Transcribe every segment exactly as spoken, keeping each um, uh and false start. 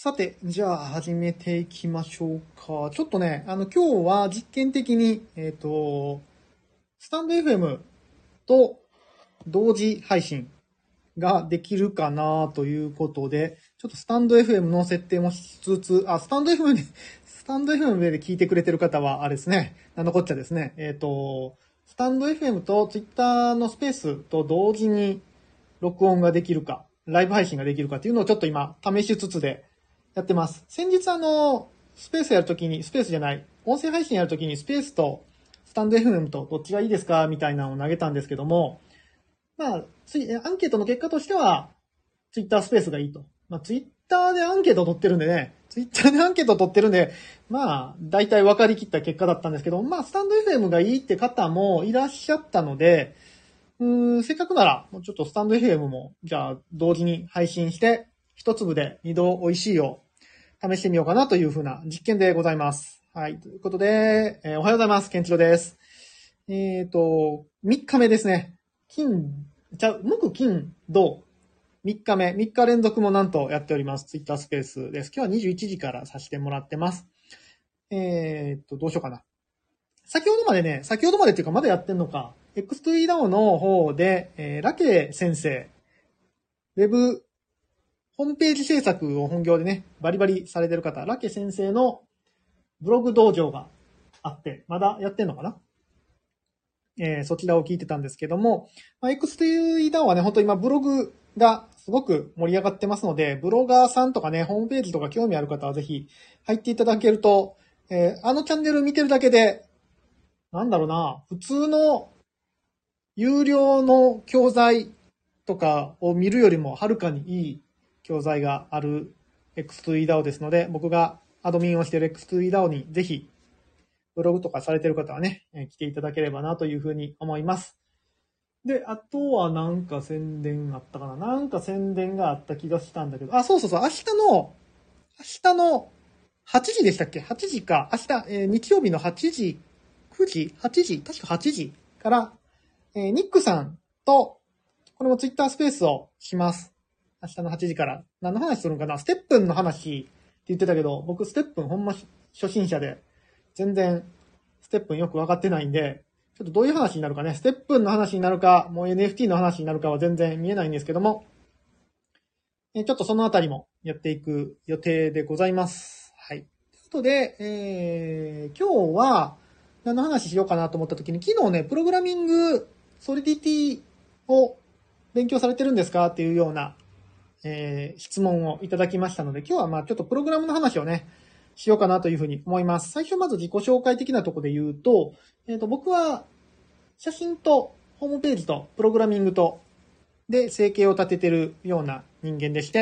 さて、じゃあ始めていきましょうか。ちょっとね、あの今日は実験的に、えっと、スタンド エフエム と同時配信ができるかなということで、ちょっとスタンド エフエム の設定もしつつ、あ、スタンド エフエム で、スタンド エフエム で聞いてくれてる方は、あれですね、なんのこっちゃですね、えっと、スタンド エフエム と Twitter のスペースと同時に録音ができるか、ライブ配信ができるかっていうのをちょっと今試しつつでやってます。先日あの、スペースやるときに、スペースじゃない、音声配信やるときにスペースとスタンド エフエム とどっちがいいですかみたいなのを投げたんですけども、まあ、つい、アンケートの結果としては、ツイッタースペースがいいと。まあ、ツイッターでアンケートを取ってるんでね、ツイッターでアンケートを取ってるんで、まあ、大体分かりきった結果だったんですけど、まあ、スタンド エフエム がいいって方もいらっしゃったので、うーん、せっかくなら、もうちょっとスタンド エフエム も、じゃあ、同時に配信して、一粒で二度美味しいを試してみようかなというふうな実験でございます。はい。ということで、えー、おはようございます。ケンチロです。えっと、三日目ですね。金、じゃあ、木、金、土、三日目、三日連続もなんとやっております。ツイッタースペースです。今日はにじゅういちじからさせてもらってます。えっと、どうしようかな。先ほどまでね、先ほどまでっていうかまだやってんのか。エックスツーイーダオ の方で、えー、ラケ先生、ウェブ、ホームページ制作を本業でね、バリバリされてる方、ラケ先生のブログ道場があって、まだやってんのかな、えー、そちらを聞いてたんですけども、まあ、エックスツーイーダオ はね、本当今ブログがすごく盛り上がってますので、ブロガーさんとかね、ホームページとか興味ある方はぜひ入っていただけると、えー、あのチャンネル見てるだけで、なんだろうな、普通の有料の教材とかを見るよりもはるかにいい教材がある エックスツーイーダオ ですので、僕がアドミンをしている エックスツーイーダオ にぜひブログとかされている方はね、来ていただければなというふうに思います。で、あとはなんか宣伝あったかななんか宣伝があった気がしたんだけど、あ、そうそうそう、明日の、明日のはちじでしたっけ ?はち 時か。明日、えー、日曜日のはちじ、くじ ?はち 時確かはちじから、えー、ニックさんと、これもツイッタースペースをします。明日のはちじから。何の話するのかなステップンの話って言ってたけど、僕ステップンほんま初心者で、全然ステップンよくわかってないんで、ちょっとどういう話になるかね、ステップンの話になるか、もう エヌエフティー の話になるかは全然見えないんですけども、ちょっとそのあたりもやっていく予定でございます。はい。ということで、えー、今日は何の話しようかなと思った時に、昨日ね、プログラミングソリディティを勉強されてるんですかっていうような、えー、質問をいただきましたので、今日はまあちょっとプログラムの話をね、しようかなというふうに思います。最初まず自己紹介的なところで言うと、えっと、僕は写真とホームページとプログラミングとで生計を立ててるような人間でして、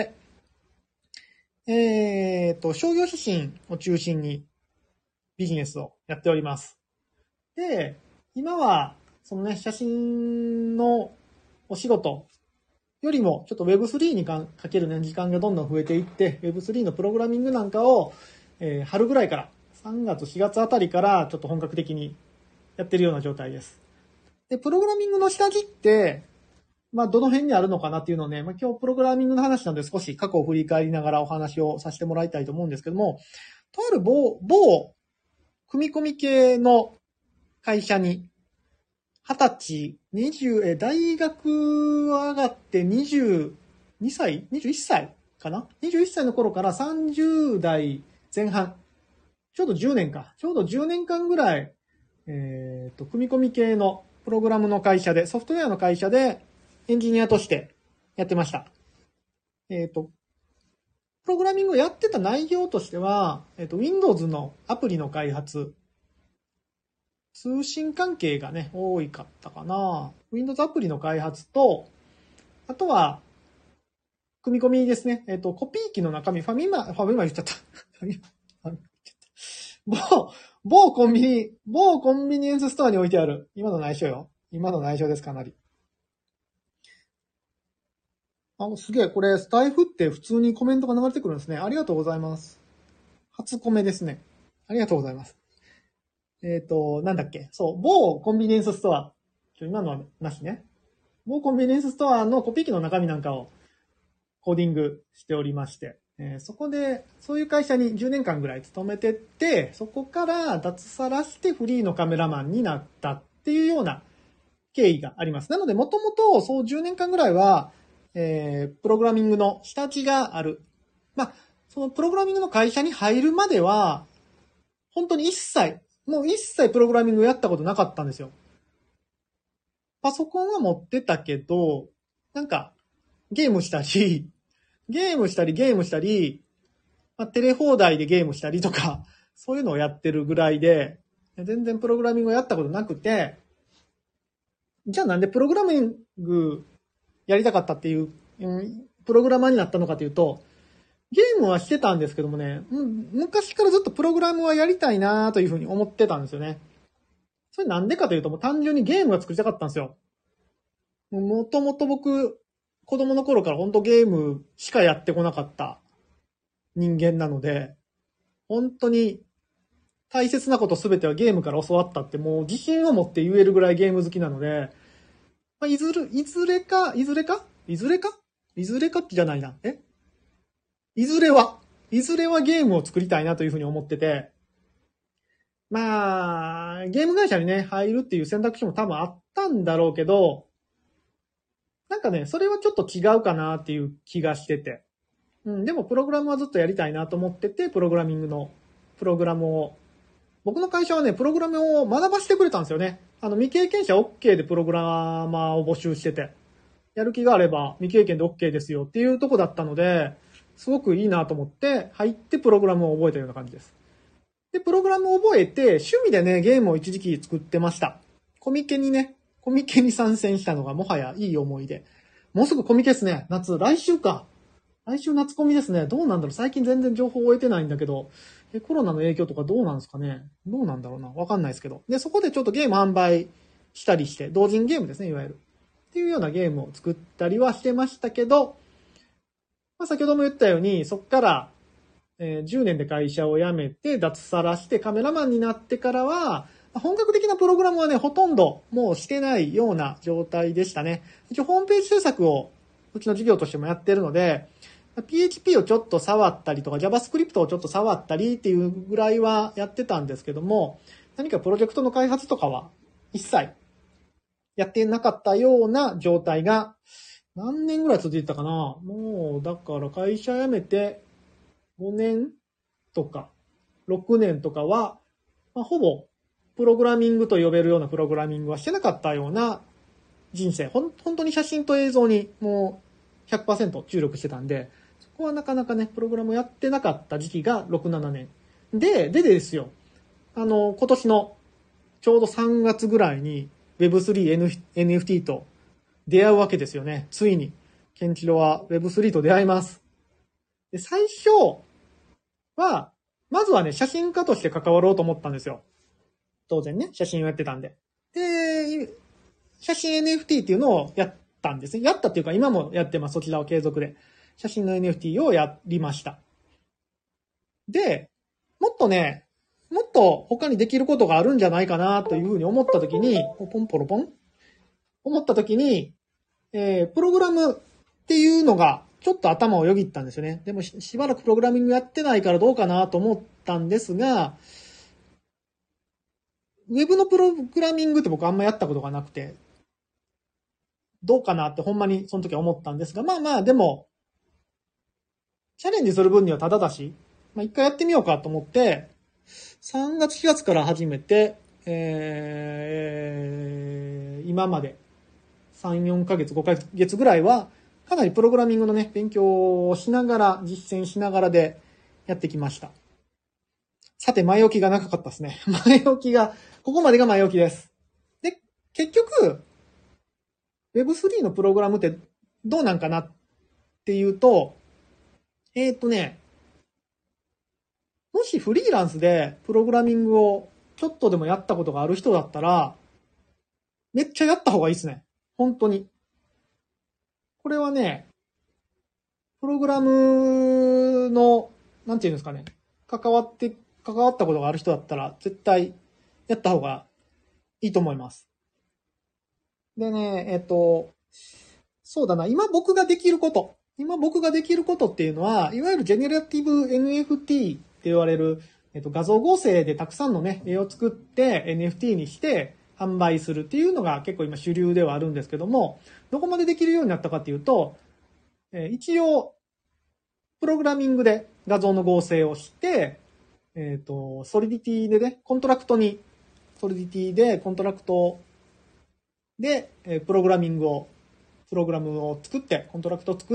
えっと、商業写真を中心にビジネスをやっております。で、今はそのね、写真のお仕事よりも、ちょっと ウェブスリー にかけるね、時間がどんどん増えていって、ウェブスリー のプログラミングなんかを、えー、春ぐらいから、さんがつ、しがつあたりから、ちょっと本格的にやってるような状態です。で、プログラミングの下地って、まあ、どの辺にあるのかなっていうのをね、まあ、今日プログラミングの話なんで少し過去を振り返りながらお話をさせてもらいたいと思うんですけども、とある某、某、組み込み系の会社に、二十歳、二十、え、大学上がってにじゅうにさい ?にじゅういっさいかな ?にじゅういっさいの頃からさんじゅう代前半。ちょうどじゅうねんか。ちょうどじゅうねんかんぐらい、えっと、組み込み系のプログラムの会社で、ソフトウェアの会社でエンジニアとしてやってました。えっと、プログラミングをやってた内容としては、えっと、Windows のアプリの開発、通信関係がね、多いかったかな。Windows アプリの開発と、あとは、組み込みですね。えっと、コピー機の中身、ファミマ、ファミマ言っちゃった。ファミマ、某、某コンビニ、某コンビニエンスストアに置いてある。今の内緒よ。今の内緒です、かなり。あ、すげえ、これ、スタイフって普通にコメントが流れてくるんですね。ありがとうございます。初コメですね。ありがとうございます。えっと、なんだっけ。そう、某コンビニエンスストア。ちょ、今のはなしね。某コンビニエンスストアのコピー機の中身なんかをコーディングしておりまして、 えー、そこで、そういう会社にじゅうねんかんぐらい勤めてって、そこから脱サラしてフリーのカメラマンになったっていうような経緯があります。なので、もともとそうじゅうねんかんぐらいは、えー、プログラミングの下地がある。まあ、そのプログラミングの会社に入るまでは、本当に一切、もう一切プログラミングやったことなかったんですよ。パソコンは持ってたけど、なんか、ゲームしたり、ゲームしたりゲームしたり、まあ、テレ放題でゲームしたりとか、そういうのをやってるぐらいで、全然プログラミングをやったことなくて、じゃあなんでプログラミングやりたかったっていう、うん、プログラマーになったのかというと、ゲームはしてたんですけどもね、昔からずっとプログラムはやりたいなというふうに思ってたんですよね。それなんでかというと、もう単純にゲームが作りたかったんですよ。もともと僕、子供の頃から本当ゲームしかやってこなかった人間なので、本当に大切なことすべてはゲームから教わったってもう自信を持って言えるぐらいゲーム好きなので、まあ、いずれ、いずれか、いずれかいずれかいずれかってじゃないな。えいずれは、いずれはゲームを作りたいなというふうに思ってて、まあ、ゲーム会社にね、入るっていう選択肢も多分あったんだろうけど、なんかね、それはちょっと違うかなっていう気がしてて。うん、でもプログラムはずっとやりたいなと思ってて、プログラミングの、プログラムを、僕の会社はね、プログラムを学ばせてくれたんですよね。あの、未経験者 OK でプログラマーを募集してて、やる気があれば未経験で OK ですよっていうとこだったので、すごくいいなと思って入ってプログラムを覚えたような感じです。で、プログラムを覚えて趣味でね、ゲームを一時期作ってました。コミケにね、コミケに参戦したのがもはやいい思い出。もうすぐコミケですね。夏、来週か。来週夏コミですね。どうなんだろう。最近全然情報を得てないんだけど、え、コロナの影響とかどうなんですかね。どうなんだろうな。わかんないですけど。で、そこでちょっとゲーム販売したりして、同人ゲームですね、いわゆる。っていうようなゲームを作ったりはしてましたけど、まあ、先ほども言ったように、そっから、えー、じゅうねんで会社を辞めて、脱サラしてカメラマンになってからは、本格的なプログラムはね、ほとんどもうしてないような状態でしたね。一応ホームページ制作をうちの事業としてもやってるので、ピーエイチピー をちょっと触ったりとか JavaScript をちょっと触ったりっていうぐらいはやってたんですけども、何かプロジェクトの開発とかは一切やってなかったような状態が何年ぐらい続いてたかな。もうだから会社辞めてごねんとかろくねんとかは、まあ、ほぼプログラミングと呼べるようなプログラミングはしてなかったような人生。ほん、本当に写真と映像にもう ひゃくパーセント 注力してたんで、そこはなかなかね、プログラムをやってなかった時期がろく、ななねん。で、でですよ。あの、今年のちょうどさんがつぐらいに ウェブスリー、エヌエフティー と出会うわけですよね。ついに、ケンチロは ウェブスリー と出会います。で、最初は、まずはね、写真家として関わろうと思ったんですよ。当然ね、写真をやってたんで。で、写真 エヌエフティー っていうのをやったんですね。やったっていうか今もやってます。そちらを継続で。写真の エヌエフティー をやりました。で、もっとね、もっと他にできることがあるんじゃないかなというふうに思ったときに、ポンポロポン思ったときに、えー、プログラムっていうのがちょっと頭をよぎったんですよね。でも し, しばらくプログラミングやってないからどうかなと思ったんですが、ウェブのプログラミングって僕あんまやったことがなくて、どうかなってほんまにその時は思ったんですが、まあまあでも、チャレンジする分にはただだし、まあ一回やってみようかと思って、さんがつしがつから始めて、えー、今までさん、よんかげつ、ごかげつぐらいは、かなりプログラミングのね、勉強をしながら、実践しながらでやってきました。さて、前置きが長かったですね。前置きが、ここまでが前置きです。で、結局、ウェブスリー のプログラムってどうなんかなっていうと、えーっとね、もしフリーランスでプログラミングをちょっとでもやったことがある人だったら、めっちゃやった方がいいですね。本当に。これはね、プログラムの、なんていうんですかね、関わって、関わったことがある人だったら、絶対やった方がいいと思います。でね、えっと、そうだな、今僕ができること、 今僕ができることっていうのは、いわゆるジェネラティブ エヌエフティー って言われる、えっと、画像合成でたくさんのね、絵を作って エヌエフティー にして販売するっていうのが結構今主流ではあるんですけども、どこまでできるようになったかっていうと、えー、一応、プログラミングで画像の合成をして、えっと、ソリディティでね、コントラクトに、ソリディティでコントラクトで、えー、プログラミングを、プログラムを作って、コントラクトを作って、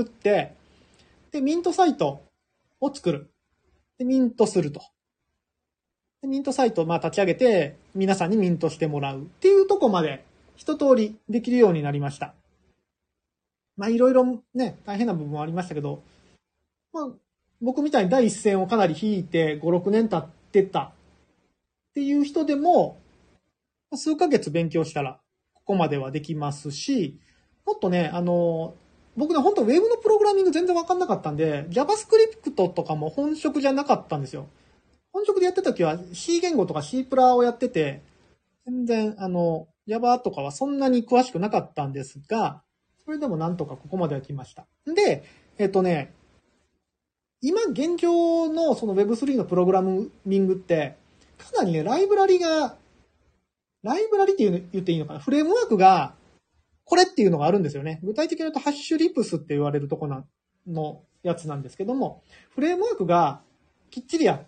で、ミントサイトを作る。で、ミントすると。で、ミントサイトをまあ立ち上げて、皆さんにミントしてもらうっていうとこまで一通りできるようになりました。まあいろいろね、大変な部分はありましたけど、まあ僕みたいに第一線をかなり引いてご、ろくねん経ってたっていう人でも、数ヶ月勉強したらここまではできますし、もっとね、あの、僕ね、本当ウェブのプログラミング全然わかんなかったんで、JavaScript とかも本職じゃなかったんですよ。本職でやってた時は C 言語とか C プラをやってて、全然あの、Java とかはそんなに詳しくなかったんですが、それでもなんとかここまでは来ました。で、えっとね、今現状のその ウェブスリー のプログラミングって、かなりね、ライブラリが、ライブラリっていう言っていいのかな、フレームワークが、これっていうのがあるんですよね。具体的に言うと、ハッシュリプスって言われるとこなのやつなんですけども、フレームワークがきっちりあって、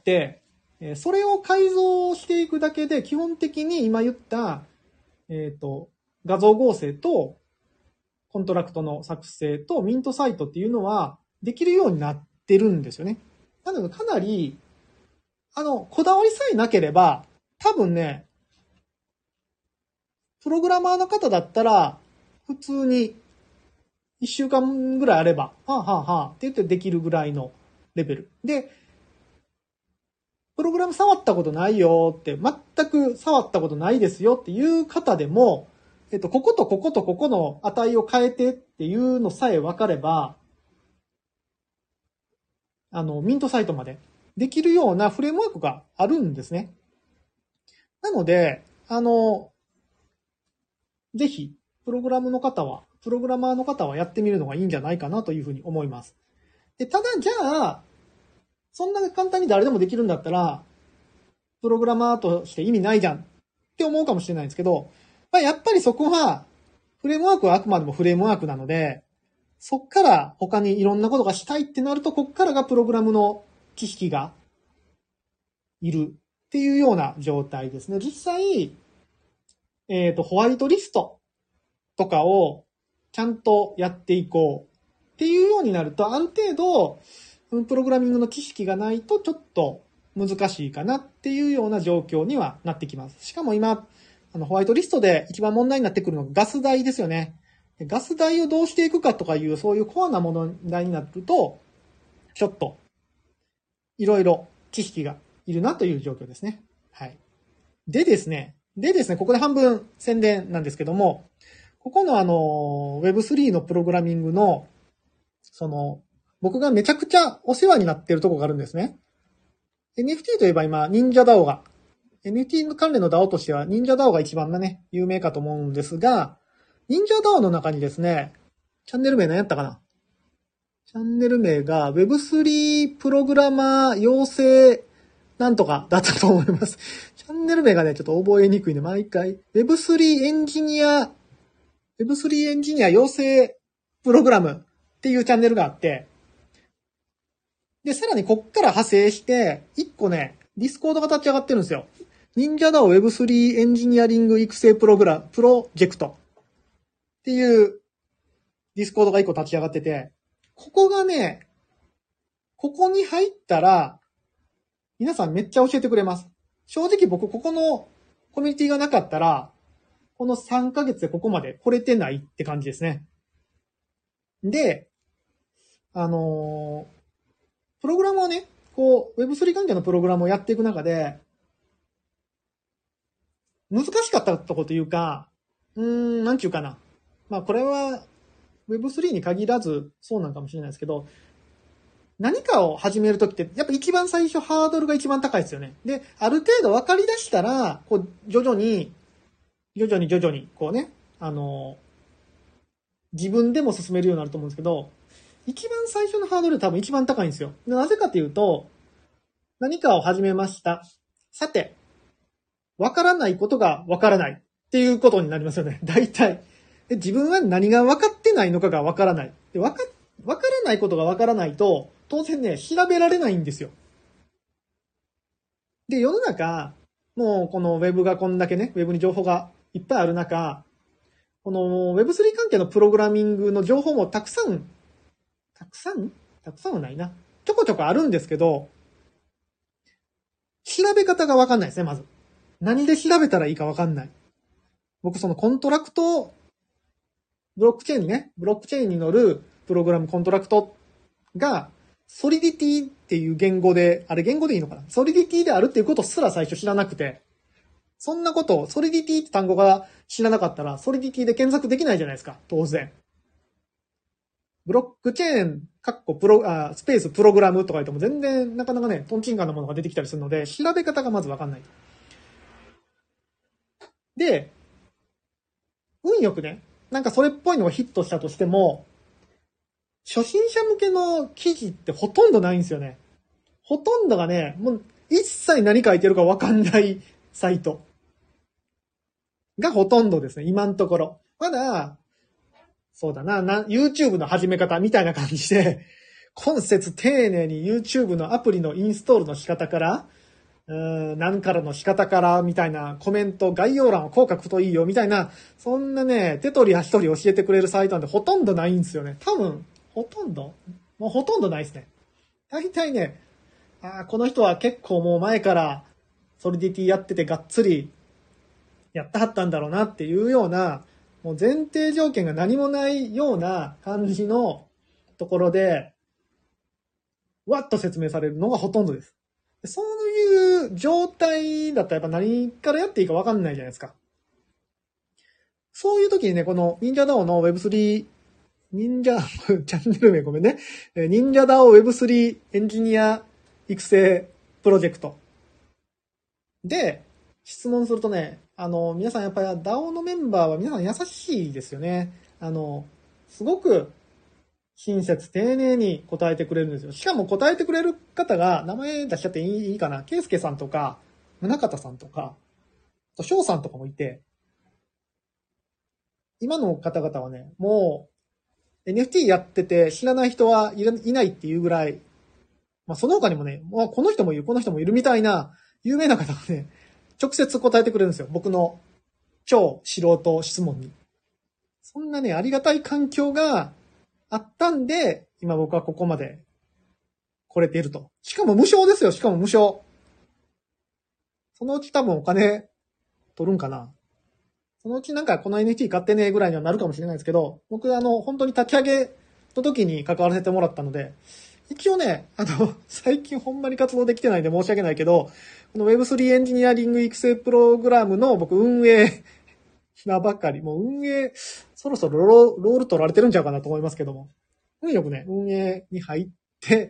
それを改造していくだけで、基本的に今言った、えっと、画像合成と、コントラクトの作成と、ミントサイトっていうのは、できるようになってるんですよね。なので、かなり、あの、こだわりさえなければ、多分ね、プログラマーの方だったら、普通に、一週間ぐらいあれば、はあはあはあって言ってできるぐらいのレベル。で、プログラム触ったことないよって、全く触ったことないですよっていう方でも、えっと、こことこことここの値を変えてっていうのさえ分かれば、あの、ミントサイトまでできるようなフレームワークがあるんですね。なので、あの、ぜひ、プログラムの方は、プログラマーの方はやってみるのがいいんじゃないかなというふうに思います。で、ただ、じゃあ、そんな簡単に誰でもできるんだったら、プログラマーとして意味ないじゃんって思うかもしれないんですけど、まあ、やっぱりそこは、フレームワークはあくまでもフレームワークなので、そっから他にいろんなことがしたいってなると、こっからがプログラムの知識がいるっていうような状態ですね。実際、えっと、ホワイトリストとかをちゃんとやっていこうっていうようになると、ある程度、プログラミングの知識がないとちょっと難しいかなっていうような状況にはなってきます。しかも今、あのホワイトリストで一番問題になってくるのがガス代ですよね。ガス代をどうしていくかとかいう、そういうコアな問題になると、ちょっと、いろいろ知識がいるなという状況ですね。はい。でですね、でですね、ここで半分宣伝なんですけども、ここのあの、ウェブスリー のプログラミングの、その、僕がめちゃくちゃお世話になっているところがあるんですね。エヌエフティー といえば今、忍者ダオが、エヌエフティー の関連の ダオ としては、忍者ダオが一番ね、有名かと思うんですが、忍者ダオの中にですね、チャンネル名何やったかな？チャンネル名が ウェブスリー プログラマー養成なんとかだったと思います。チャンネル名がね、ちょっと覚えにくいんで、毎回、ウェブスリー エンジニア、ウェブスリー エンジニア養成プログラムっていうチャンネルがあって、で、さらにこっから派生して、一個ね、ディスコードが立ち上がってるんですよ。忍者ダオ ウェブスリー エンジニアリング育成プログラム、プロジェクトっていうディスコードが一個立ち上がってて、ここがね、ここに入ったら、皆さんめっちゃ教えてくれます。正直僕ここのコミュニティがなかったら、このさんかげつでここまで来れてないって感じですね。で、あのー、プログラムをね、こう、ウェブスリー 関係のプログラムをやっていく中で、難しかったとこというか、うーん、なんちゅうかな。まあこれは、ウェブスリー に限らずそうなんかもしれないですけど、何かを始めるときって、やっぱ一番最初ハードルが一番高いですよね。で、ある程度分かり出したら、こう、徐々に、徐々に徐々に、こうね、あの、自分でも進めるようになると思うんですけど、 一番最初のハードル多分一番高いんですよ。なぜかというと、何かを始めました。さて、わからないことがわからないっていうことになりますよね。大体。で自分は何が分かってないのかがわからない。でわか、わからないことがわからないと、当然ね、調べられないんですよ。で、世の中、もうこのウェブがこんだけね、ウェブに情報がいっぱいある中、この ウェブスリー 関係のプログラミングの情報もたくさん、たくさんたくさんはないな。ちょこちょこあるんですけど、調べ方がわかんないですね、まず。何で調べたらいいかわかんない。僕そのコントラクト、ブロックチェーンにね、ブロックチェーンに乗るプログラムコントラクトが、ソリディティっていう言語で、あれ言語でいいのかな？ソリディティであるっていうことすら最初知らなくて、そんなことを、ソリディティって単語が知らなかったら、ソリディティで検索できないじゃないですか、当然。ブロックチェーン、カッコプロ、あ、スペースプログラムとか言っても全然なかなかね、トンチンカンなものが出てきたりするので、調べ方がまずわかんない。で、運よくね、なんかそれっぽいのがヒットしたとしても、初心者向けの記事ってほとんどないんですよね。ほとんどがね、もう一切何書いてるかわかんないサイトがほとんどですね、今のところ。まだ、そうだな、な、YouTube の始め方みたいな感じで、今節丁寧に YouTube のアプリのインストールの仕方から、うーん、何からの仕方からみたいなコメント、概要欄をこう書くといいよみたいな、そんなね、手取り足取り教えてくれるサイトなんてほとんどないんですよね。多分、ほとんどもうほとんどないですね。大体ね、あこの人は結構もう前からソリディティやっててがっつりやってはったんだろうなっていうような、もう前提条件が何もないような感じのところで、わっと説明されるのがほとんどです。そういう状態だったらやっぱ何からやっていいか分かんないじゃないですか。そういう時にね、この忍者 ダオ の ウェブスリー、忍者、チャンネル名ごめんね。忍者 ダオ ウェブスリー エンジニア育成プロジェクト。で、質問するとね、あの、皆さんやっぱり ダオ のメンバーは皆さん優しいですよね。あの、すごく親切丁寧に答えてくれるんですよ。しかも答えてくれる方が、名前出しちゃっていいかな。ケイスケさんとか、宗方さんとか、翔さんとかもいて、今の方々はね、もう エヌエフティー やってて知らない人はいないっていうぐらい、まあその他にもね、まあ、この人もいる、この人もいるみたいな有名な方がね、直接答えてくれるんですよ。僕の超素人質問に。そんなね、ありがたい環境があったんで、今僕はここまで来れていると。しかも無償ですよ、しかも無償。そのうち多分お金取るんかな。そのうちなんかこの エヌエフティー 買ってねぐらいにはなるかもしれないですけど、僕あの、本当に立ち上げの時に関わらせてもらったので、一応ね、あの、最近ほんまに活動できてないんで申し訳ないけど、この ウェブスリー エンジニアリング育成プログラムの僕運営なばっかり、もう運営、そろそろローロール取られてるんちゃうかなと思いますけども。運よくね、運営に入って、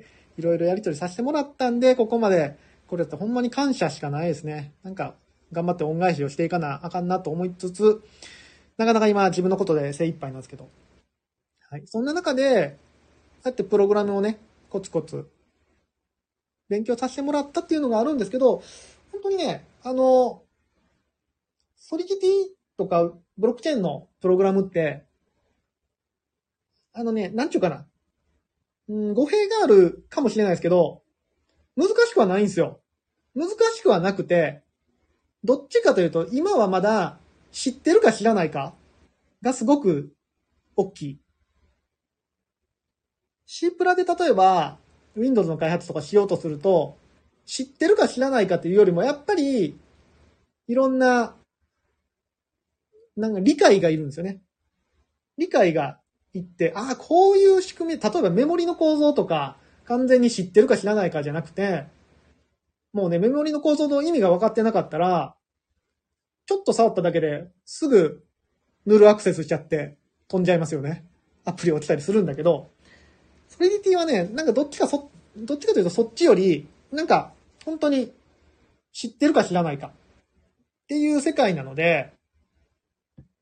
いろいろやり取りさせてもらったんで、ここまでこれだってほんまに感謝しかないですね。なんか、頑張って恩返しをしていかなあかんなと思いつつ、なかなか今自分のことで精一杯なんですけど。はい。そんな中で、だってプログラムをね、コツコツ勉強させてもらったっていうのがあるんですけど、本当にね、あの、ソリディティとかブロックチェーンのプログラムって、あのね、なんちゅうかな。うん、語弊があるかもしれないですけど、難しくはないんですよ。難しくはなくて、どっちかというと、今はまだ知ってるか知らないかがすごく大きい。C プラで例えば Windows の開発とかしようとすると、知ってるか知らないかっていうよりも、やっぱりいろんな、なんか理解がいるんですよね。理解がいって、ああ、こういう仕組み、例えばメモリの構造とか、完全に知ってるか知らないかじゃなくて、もうね、メモリの構造の意味が分かってなかったら、ちょっと触っただけですぐヌルアクセスしちゃって飛んじゃいますよね。アプリ落ちたりするんだけど、ソリディティはね、なんかどっちかそ、どっちかというとそっちより、なんか本当に知ってるか知らないかっていう世界なので、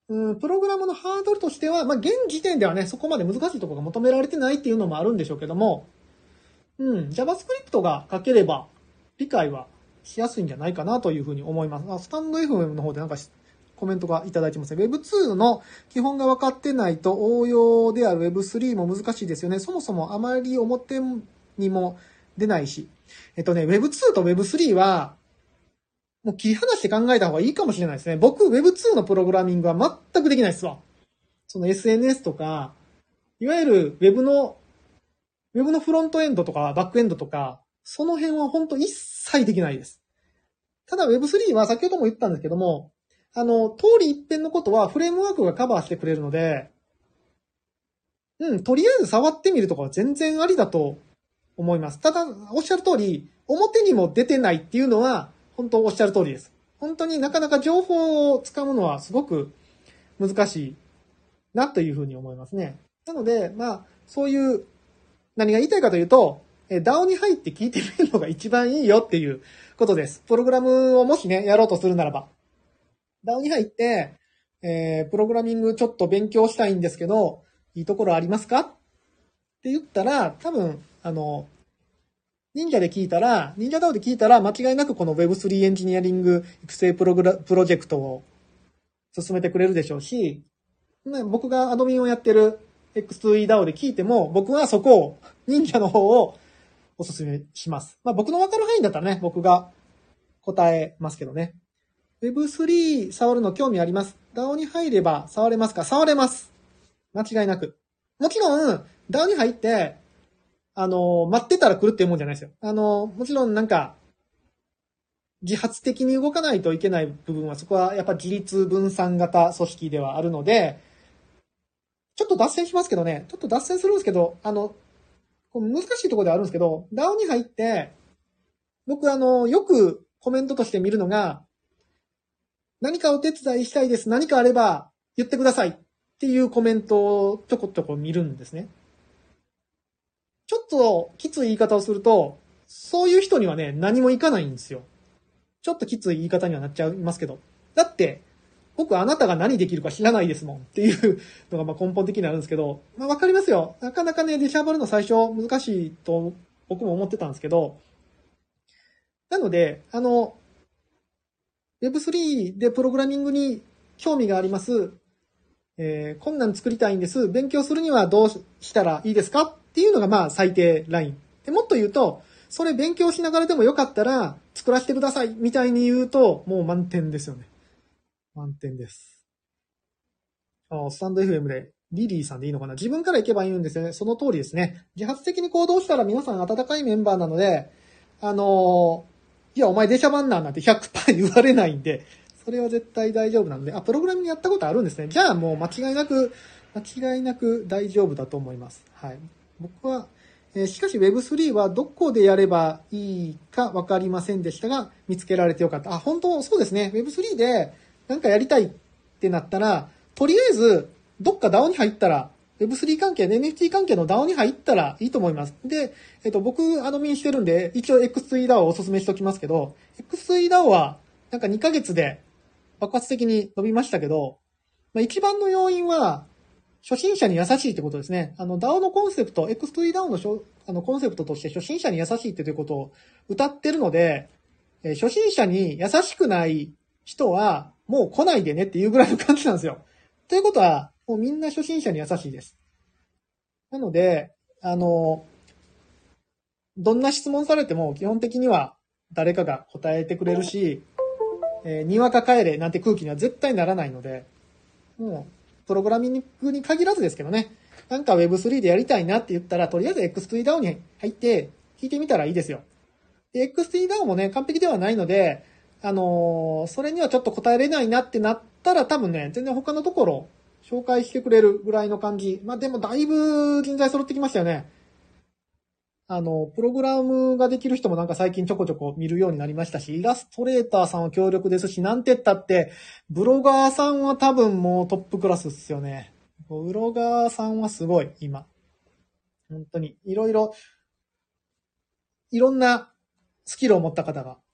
うん、プログラムのハードルとしては、まあ、現時点ではね、そこまで難しいところが求められてないっていうのもあるんでしょうけども、うん、JavaScript が書ければ理解はしやすいんじゃないかなというふうに思います。あ、スタンド エフエム の方でなんかコメントがいただいてますね。ウェブツー の基本が分かってないと応用である ウェブスリー も難しいですよね。そもそもあまり表にも出ないし。えっとね、ウェブツー と ウェブスリー は、もう切り離して考えた方がいいかもしれないですね。僕、ウェブツー のプログラミングは全くできないですわ。その エスエヌエス とか、いわゆる Web の、Web のフロントエンドとかバックエンドとか、その辺は本当一切できないです。ただ ウェブスリー は先ほども言ったんですけども、あの、通り一遍のことはフレームワークがカバーしてくれるので、うん、とりあえず触ってみるとかは全然ありだと思います。ただ、おっしゃる通り、表にも出てないっていうのは、本当おっしゃる通りです。本当になかなか情報をつかむのはすごく難しいなというふうに思いますね。なので、まあ、そういう、何が言いたいかというと、ダオ に入って聞いてみるのが一番いいよっていうことです。プログラムをもしね、やろうとするならば。ダオ に入って、えー、プログラミングちょっと勉強したいんですけど、いいところありますかって言ったら、多分、あの、忍者で聞いたら、忍者ダオで聞いたら、間違いなくこの ウェブスリー エンジニアリング育成プログラ、プロジェクトを進めてくれるでしょうし、ね、僕がアドミンをやってる エックスツーイーダオ で聞いても、僕はそこを、忍者の方をお勧めします。まあ僕のわかる範囲だったらね、僕が答えますけどね。ウェブスリー 触るの興味あります。ダオ に入れば触れますか？触れます。間違いなく。もちろん、ダオ に入って、あの、待ってたら来るっていうもんじゃないですよ。あの、もちろんなんか、自発的に動かないといけない部分は、そこはやっぱ自立分散型組織ではあるので、ちょっと脱線しますけどね、ちょっと脱線するんですけど、あの、難しいところではあるんですけど、ダオ に入って、僕あの、よくコメントとして見るのが、何かお手伝いしたいです。何かあれば言ってくださいっていうコメントをちょこちょこ見るんですね。ちょっときつい言い方をすると、そういう人にはね、何もいかないんですよ。ちょっときつい言い方にはなっちゃいますけど。だって、僕あなたが何できるか知らないですもんっていうのがまあ根本的になるんですけど、まあわかりますよ。なかなかね、デシャバルの最初難しいと僕も思ってたんですけど、なので、あの、ウェブスリー でプログラミングに興味があります。えー、こんなん作りたいんです。勉強するにはどうしたらいいですかっていうのがまあ最低ライン。でもっと言うと、それ勉強しながらでもよかったら作らせてくださいみたいに言うともう満点ですよね。満点です。あ、スタンド エフエム でリリーさんでいいのかな？自分から行けばいいんですよね。その通りですね。自発的に行動したら皆さん温かいメンバーなので、あのー、いやお前デシャバンナーなんて ひゃくパーセント 言われないんで、それは絶対大丈夫なので、あ、プログラミングやったことあるんですね。じゃあもう間違いなく、間違いなく大丈夫だと思います。はい。僕は、えー、しかし ウェブスリー はどこでやればいいかわかりませんでしたが、見つけられてよかった。あ、本当そうですね。ウェブスリー でなんかやりたいってなったら、とりあえず、どっか ダオ に入ったら、ウェブスリー 関係、エヌエフティー 関係の ダオ に入ったらいいと思います。で、えっと、僕、アドミンしてるんで、一応 エックスツーイーダオ をお勧めしておきますけど、エックスツーイーダオ は、なんかにかげつで爆発的に伸びましたけど、まあ、一番の要因は、初心者に優しいってことですね。あの、ダオ のコンセプト、エックスツーイーダオ のあのコンセプトとして初心者に優しいっていうことを歌ってるので、えー、初心者に優しくない人は、もう来ないでねっていうぐらいの感じなんですよ。ということは、もうみんな初心者に優しいです。なので、あの、どんな質問されても基本的には誰かが答えてくれるし、えー、にわか帰れなんて空気には絶対ならないので、もう、プログラミングに限らずですけどね、なんか ウェブスリー でやりたいなって言ったら、とりあえず エックスツーイーダオ に入って聞いてみたらいいですよ。で、エックスツーイーダオ もね、完璧ではないので、あのー、それにはちょっと答えれないなってなったら多分ね、全然他のところ紹介してくれるぐらいの感じ。まあでもだいぶ人材揃ってきましたよね。あの、プログラムができる人もなんか最近ちょこちょこ見るようになりましたし、イラストレーターさんは強力ですし、なんて言ったって、ブロガーさんは多分もうトップクラスっすよね。ブロガーさんはすごい、今。本当に、いろいろ、いろんなスキルを持った方が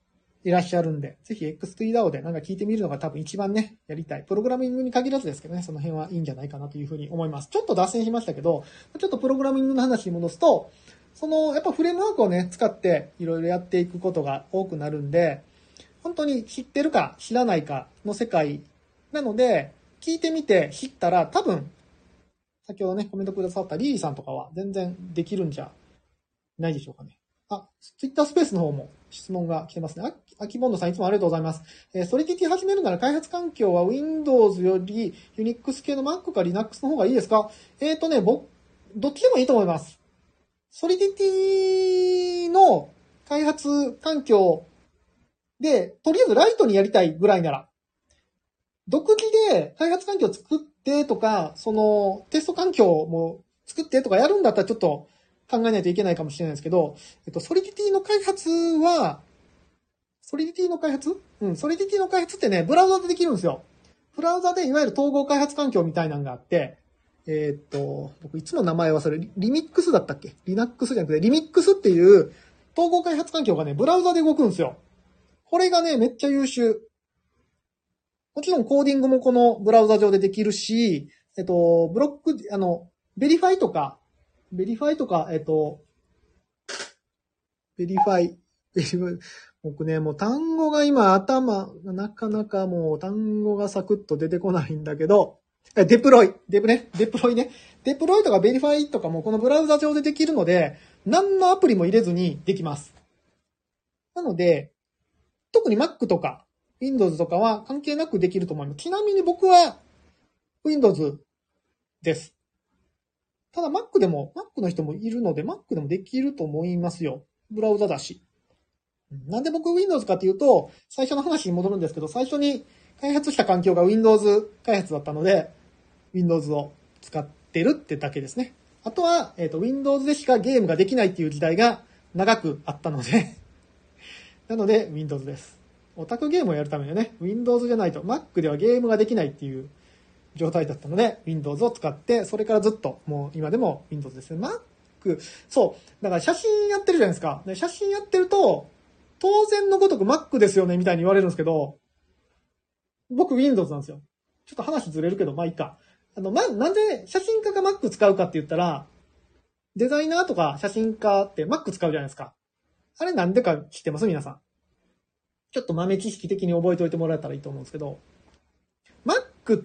いらっしゃるんで、ぜひ エックスティーダオ でなんか聞いてみるのが多分一番ね、やりたい。プログラミングに限らずですけどね、その辺はいいんじゃないかなというふうに思います。ちょっと脱線しましたけど、ちょっとプログラミングの話に戻すと、その、やっぱフレームワークをね、使っていろいろやっていくことが多くなるんで、本当に知ってるか知らないかの世界なので、聞いてみて知ったら多分、先ほどね、コメントくださったリリーさんとかは全然できるんじゃないでしょうかね。あ、ツイッタースペースの方も質問が来てますね。あきぼんどさんいつもありがとうございます。えー、ソリティティ始めるなら開発環境は Windows より Unix 系の Mac か Linux の方がいいですか？えっとね、僕、どっちでもいいと思います。ソリティティの開発環境で、とりあえずライトにやりたいぐらいなら、独自で開発環境を作ってとか、そのテスト環境も作ってとかやるんだったらちょっと考えないといけないかもしれないですけど、えっと、ソリディティの開発は、ソリディティの開発うん、ソリディティの開発ってね、ブラウザでできるんですよ。ブラウザでいわゆる統合開発環境みたいなのがあって、えー、っと、僕いつも名前忘れる、リミックスだったっけ？ Linux じゃなくて、リミックスっていう統合開発環境がね、ブラウザで動くんですよ。これがね、めっちゃ優秀。もちろんコーディングもこのブラウザ上でできるし、えっと、ブロック、あの、ベリファイとか、ベリファイとか、えっと、ベリファイ、ベリファイ、僕ね、もう単語が今頭、なかなかもう単語がサクッと出てこないんだけど、え、デプロイ、デプね、デプロイね。デプロイとかベリファイとかもこのブラウザ上でできるので、何のアプリも入れずにできます。なので、特に Mac とか Windows とかは関係なくできると思います。ちなみに僕は Windows です。ただ Mac でも、Mac の人もいるので Mac でもできると思いますよ。ブラウザだし。なんで僕 Windows かっていうと、最初の話に戻るんですけど、最初に開発した環境が Windows 開発だったので、Windows を使ってるってだけですね。あとは、えっと、Windows でしかゲームができないっていう時代が長くあったので、なので Windows です。オタクゲームをやるためにはね、Windows じゃないと Mac ではゲームができないっていう状態だったので、Windows を使って、それからずっと、もう今でも Windows ですね。Mac、そう。だから写真やってるじゃないですか。で写真やってると、当然のごとく Mac ですよね、みたいに言われるんですけど、僕 Windows なんですよ。ちょっと話ずれるけど、まあいいか。あの、ま、なんで写真家が Mac 使うかって言ったら、デザイナーとか写真家って Mac 使うじゃないですか。あれなんでか知ってます皆さん。ちょっと豆知識的に覚えておいてもらえたらいいと思うんですけど、Mac って、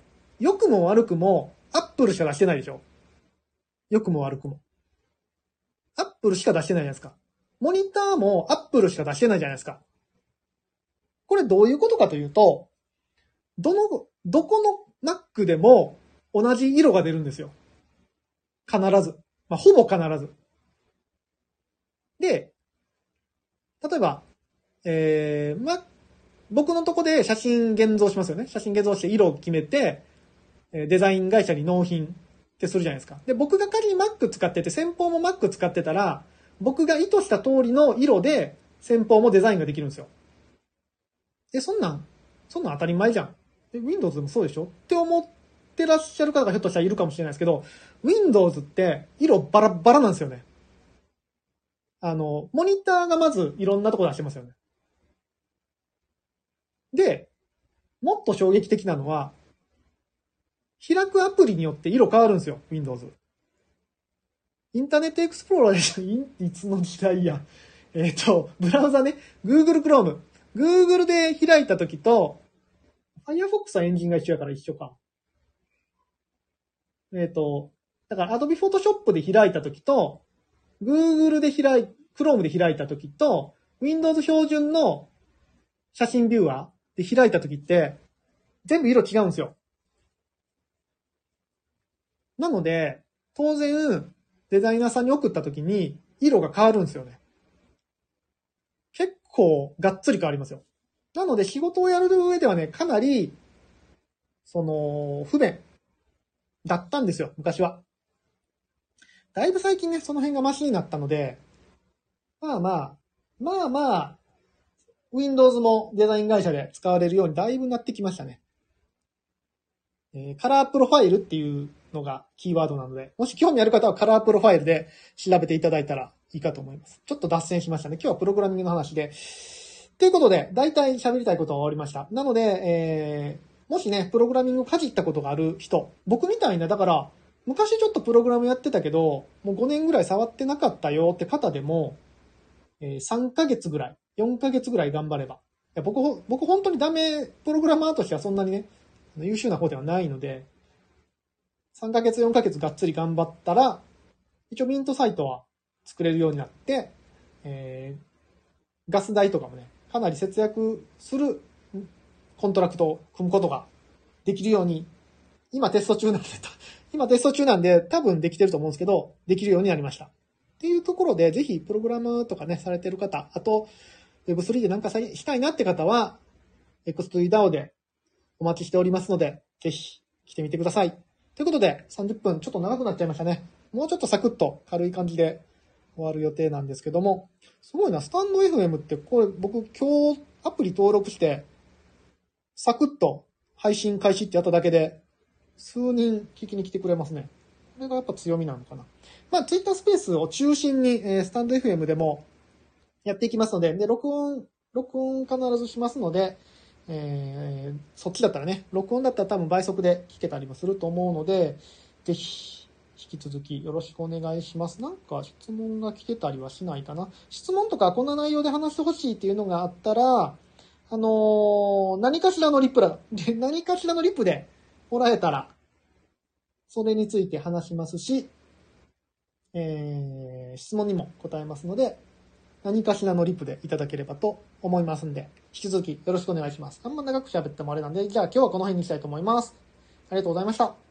良くも悪くも Apple しか出してないでしょ。良くも悪くも。Apple しか出してないじゃないですか。モニターも Apple しか出してないじゃないですか。これどういうことかというと、どの、どこの Mac でも同じ色が出るんですよ。必ず。まあ、ほぼ必ず。で、例えば、えー、ま、僕のとこで写真現像しますよね。写真現像して色を決めて、デザイン会社に納品ってするじゃないですか。で、僕が仮に Mac 使ってて、先方も Mac 使ってたら、僕が意図した通りの色で、先方もデザインができるんですよ。え、そんなん、そんなん当たり前じゃん。で、Windows でもそうでしょって思ってらっしゃる方がひょっとしたらいるかもしれないですけど、Windows って色バラバラなんですよね。あの、モニターがまずいろんなとこ出してますよね。で、もっと衝撃的なのは、開くアプリによって色変わるんですよ、Windows。インターネットエクスプローラーでしょ、いつの時代や。えっ、ー、と、ブラウザね、Google Chrome。Google で開いたときと、Firefox はエンジンが一緒やから一緒か。えっ、ー、と、だから Adobe Photoshop で開いたときと、Google で開い、Chrome で開いたときと、Windows 標準の写真ビューアーで開いたときって、全部色違うんですよ。なので、当然、デザイナーさんに送ったときに、色が変わるんですよね。結構、がっつり変わりますよ。なので、仕事をやる上ではね、かなり、その、不便だったんですよ、昔は。だいぶ最近ね、その辺がマシになったので、まあまあ、まあまあ、Windows もデザイン会社で使われるようにだいぶなってきましたね。えー、カラープロファイルっていうのがキーワードなので、もし興味ある方はカラープロファイルで調べていただいたらいいかと思います。ちょっと脱線しましたね。今日はプログラミングの話で、 ということで、大体喋りたいことは終わりました。なので、えー、もしね、プログラミングかじったことがある人、僕みたいな、だから、昔ちょっとプログラムやってたけど、もうごねんぐらい触ってなかったよって方でも、えー、さんかげつぐらい、よんかげつぐらい頑張れば。いや僕、僕本当にダメ、プログラマーとしてはそんなにね、優秀な方ではないので、さんかげつ、よんかげつがっつり頑張ったら、一応ミントサイトは作れるようになって、えー、ガス代とかもね、かなり節約するコントラクトを組むことができるように、今テスト中なんで、今テスト中なんで多分できてると思うんですけど、できるようになりました。っていうところで、ぜひプログラムとかね、されてる方、あと、ウェブスリー でなんかしたいなって方は、エックスツーイーダオ でお待ちしておりますので、ぜひ来てみてください。ということで、さんじゅっぷんちょっと長くなっちゃいましたね。もうちょっとサクッと軽い感じで終わる予定なんですけども、すごいな、スタンド エフエム ってこれ僕今日アプリ登録して、サクッと配信開始ってやっただけで、数人聞きに来てくれますね。これがやっぱ強みなのかな。まあ、Twitter スペースを中心に、えー、スタンド エフエム でもやっていきますので、で、録音、録音必ずしますので、えー、そっちだったらね、録音だったら多分倍速で聞けたりもすると思うので、ぜひ、引き続きよろしくお願いします。なんか質問が来てたりはしないかな。質問とかこんな内容で話してほしいっていうのがあったら、あのー、何かしらのリップだ、何かしらのリップでもらえたら、それについて話しますし、えー、質問にも答えますので、何かしらのリップでいただければと思いますんで、引き続きよろしくお願いします。あんま長く喋ってもあれなんで、じゃあ今日はこの辺にしたいと思います。ありがとうございました。